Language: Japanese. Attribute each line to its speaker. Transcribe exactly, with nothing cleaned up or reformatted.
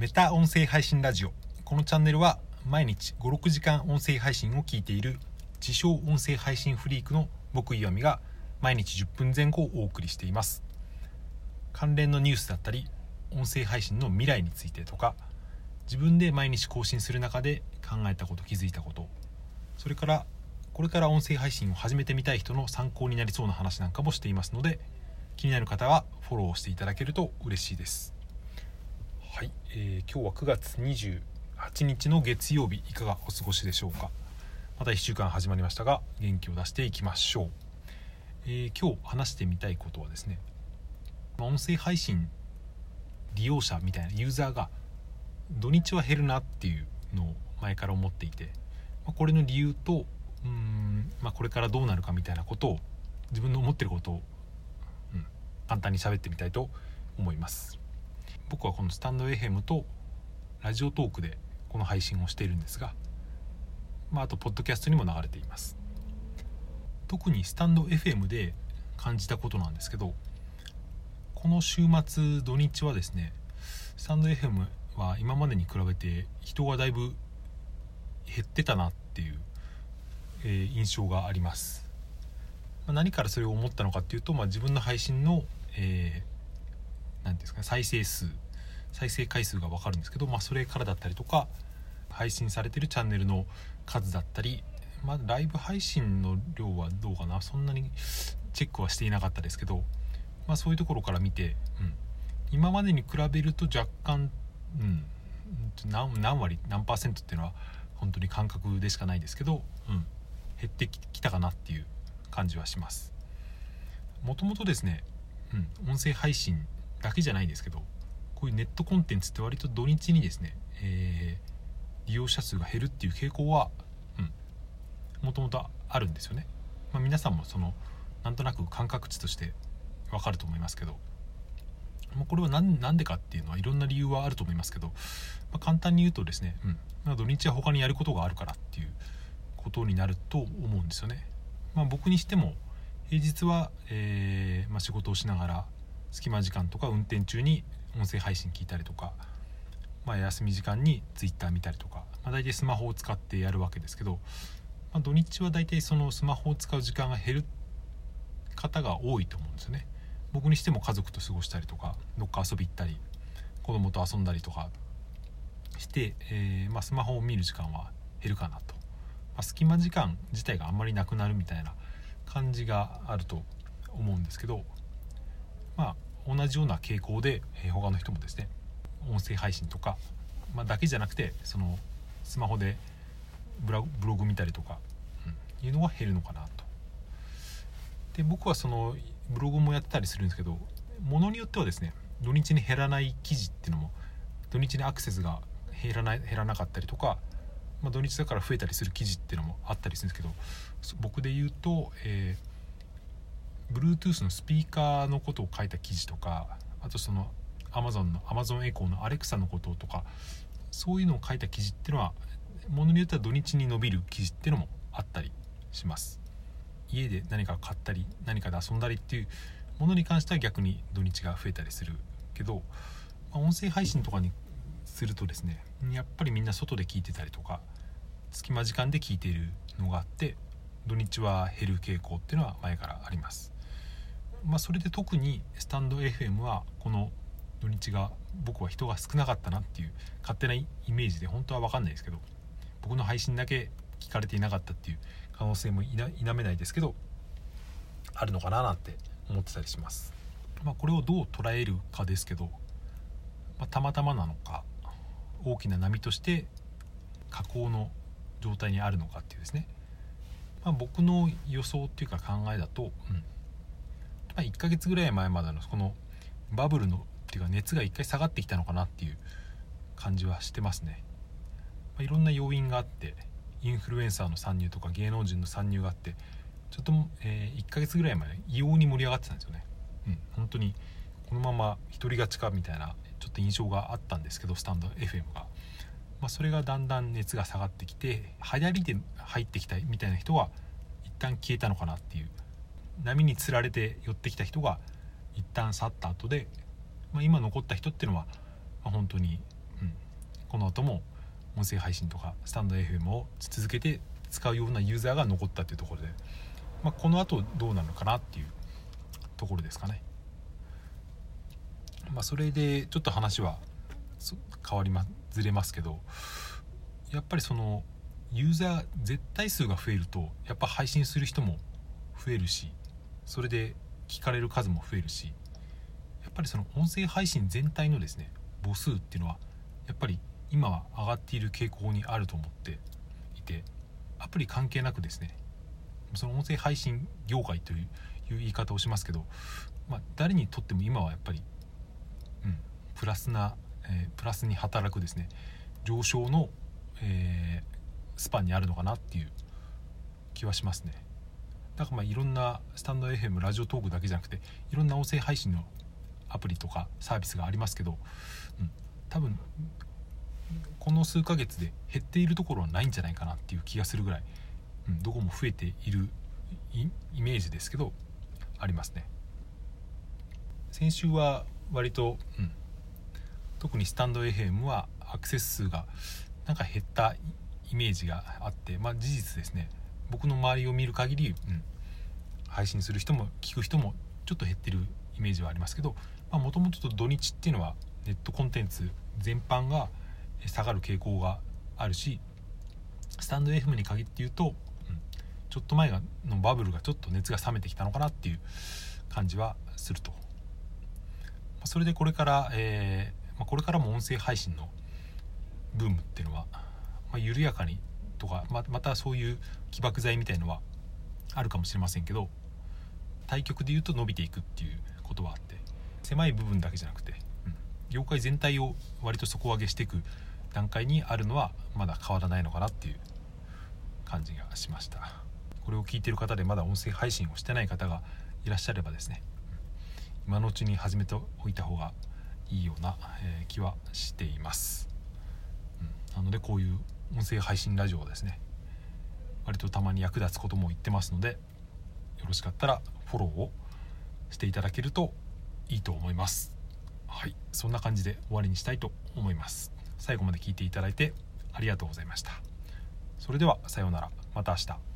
Speaker 1: メタ音声配信ラジオ。このチャンネルは毎日ご、ろくじかん音声配信を聞いている自称音声配信フリークの僕岩見が毎日じゅっぷんぜん後をお送りしています。関連のニュースだったり音声配信の未来についてとか、自分で毎日更新する中で考えたこと、気づいたこと、それからこれから音声配信を始めてみたい人の参考になりそうな話なんかもしていますので、気になる方はフォローしていただけると嬉しいです。はい、えー、今日はくがつにじゅうはちにちの月曜日、いかがお過ごしでしょうか。またいっしゅうかん始まりましたが、元気を出していきましょう。えー、今日話してみたいことはですね、音声配信利用者みたいなユーザーが土日は減るなっていうのを前から思っていて、これの理由とうーん、まあ、これからどうなるかみたいなことを、自分の思ってることを、うん、簡単に喋ってみたいと思います。僕はこのスタンド エフエム とラジオトークでこの配信をしているんですが、まあ、あとポッドキャストにも流れています。特にスタンド エフエム で感じたことなんですけど、この週末土日はですね、スタンド エフエム は今までに比べて人がだいぶ減ってたなっていう、えー、印象があります。まあ、何からそれを思ったのかっていうと、まあ、自分の配信の、えー、なんていうんですかね、再生数再生回数が分かるんですけど、まあ、それからだったりとか、配信されてるチャンネルの数だったり、まあ、ライブ配信の量はどうかな、そんなにチェックはしていなかったですけど、まあ、そういうところから見て、うん、今までに比べると若干、うん、何, 何割何パーセントっていうのは本当に感覚でしかないですけど、うん、減ってきたかなっていう感じはします。もともとですね、うん、音声配信だけじゃないですけど、こういうネットコンテンツって割と土日にですね、えー、利用者数が減るっていう傾向はもともとあるんですよね。まあ、皆さんもそのなんとなく感覚値としてわかると思いますけど、まあ、これは何なんでかっていうのはいろんな理由はあると思いますけど、まあ、簡単に言うとですね、うんまあ、土日は他にやることがあるからっていうことになると思うんですよね。まあ、僕にしても平日は、えーまあ、仕事をしながら隙間時間とか運転中に音声配信聞いたりとか、まあ、休み時間にツイッター見たりとか、まあ、大体スマホを使ってやるわけですけど、まあ、土日は大体そのスマホを使う時間が減る方が多いと思うんですよね。僕にしても家族と過ごしたりとか、どっか遊び行ったり子供と遊んだりとかして、えーまあ、スマホを見る時間は減るかなと、まあ、隙間時間自体があんまりなくなるみたいな感じがあると思うんですけど、まあ同じような傾向で、えー、他の人もですね、音声配信とか、まあ、だけじゃなくてそのスマホでブログ、ブログ見たりとか、うん、いうのは減るのかなと。で僕はそのブログもやってたりするんですけど、ものによってはですね、土日に減らない記事っていうのも、土日にアクセスが減らない減らなかったりとか、まあ、土日だから増えたりする記事っていうのもあったりするんですけど、僕で言うと、えー、Bluetooth のスピーカーのことを書いた記事とか、あとその Amazon の Amazon Echo の Alexa のこととか、そういうのを書いた記事っていうのはものによっては土日に伸びる記事っていうのもあったりします。家で何か買ったり何かで遊んだりっていうものに関しては逆に土日が増えたりするけど、まあ、音声配信とかにするとですね、やっぱりみんな外で聞いてたりとか隙間時間で聞いているのがあって、土日は減る傾向っていうのは前からあります。まあ、それで特にスタンド エフエム はこの土日が僕は人が少なかったなっていう勝手なイメージで、本当は分かんないですけど、僕の配信だけ聞かれていなかったっていう可能性も否めないですけど、あるのかななんて思ってたりします。まあ、これをどう捉えるかですけど、まあ、たまたまなのか大きな波として下降の状態にあるのかっていうですね、まあ、僕の予想っていうか考えだと、うんまあ、いっかげつぐらい前までのこのバブルのっていうか熱が一回下がってきたのかなっていう感じはしてますね。まあ、いろんな要因があって、インフルエンサーの参入とか芸能人の参入があって、ちょっと、えー、いっかげつぐらい前異様に盛り上がってたんですよね。うん、本当にこのまま独り勝ちかみたいなちょっと印象があったんですけど、スタンド エフエム が、まあ、それがだんだん熱が下がってきて、流行りで入ってきたみたいな人は一旦消えたのかなっていう、波につられて寄ってきた人が一旦去った後で、まあ、今残った人っていうのは、まあ、本当に、うん、 この後も音声配信とかスタンド エフエム を続けて使うようなユーザーが残ったというところで、まあ、この後どうなるのかなっていうところですかね。まあ、それでちょっと話は変わりまずれますけど、やっぱりそのユーザー絶対数が増えるとやっぱ配信する人も増えるし、それで聞かれる数も増えるし、やっぱりその音声配信全体のですね母数っていうのはやっぱり今は上がっている傾向にあると思っていて、アプリ関係なくですね、その音声配信業界という言い方をしますけど、まあ、誰にとっても今はやっぱり、うん、プラスな、えー、プラスに働くですね上昇の、えー、スパンにあるのかなっていう気はしますね。だからまあいろんなスタンド エフエム ラジオトークだけじゃなくていろんな音声配信のアプリとかサービスがありますけど、うん、多分この数ヶ月で減っているところはないんじゃないかなっていう気がするぐらい、うん、どこも増えているイメージですけどありますね。先週は割と、うん、特にスタンド エフエム はアクセス数がなんか減ったイメージがあって、まあ事実ですね、僕の周りを見る限り、うん、配信する人も聞く人もちょっと減ってるイメージはありますけど、もともと土日っていうのはネットコンテンツ全般が下がる傾向があるし、スタンド エフエム に限って言うと、うん、ちょっと前のバブルがちょっと熱が冷めてきたのかなっていう感じはすると。それでこれから、えーまあ、これからも音声配信のブームっていうのは、まあ、緩やかにとか ま, またそういう起爆剤みたいのはあるかもしれませんけど、対極で言うと伸びていくっていうことはあって、狭い部分だけじゃなくて、うん、業界全体を割と底上げしていく段階にあるのはまだ変わらないのかなっていう感じがしました。これを聞いている方でまだ音声配信をしてない方がいらっしゃればですね、今のうちに始めておいた方がいいような、えー、気はしています、うん、なのでこういう音声配信ラジオはですね割とたまに役立つことも言ってますので、よろしかったらフォローをしていただけるといいと思います。はい、そんな感じで終わりにしたいと思います。最後まで聞いていただいてありがとうございました。それではさようなら、また明日。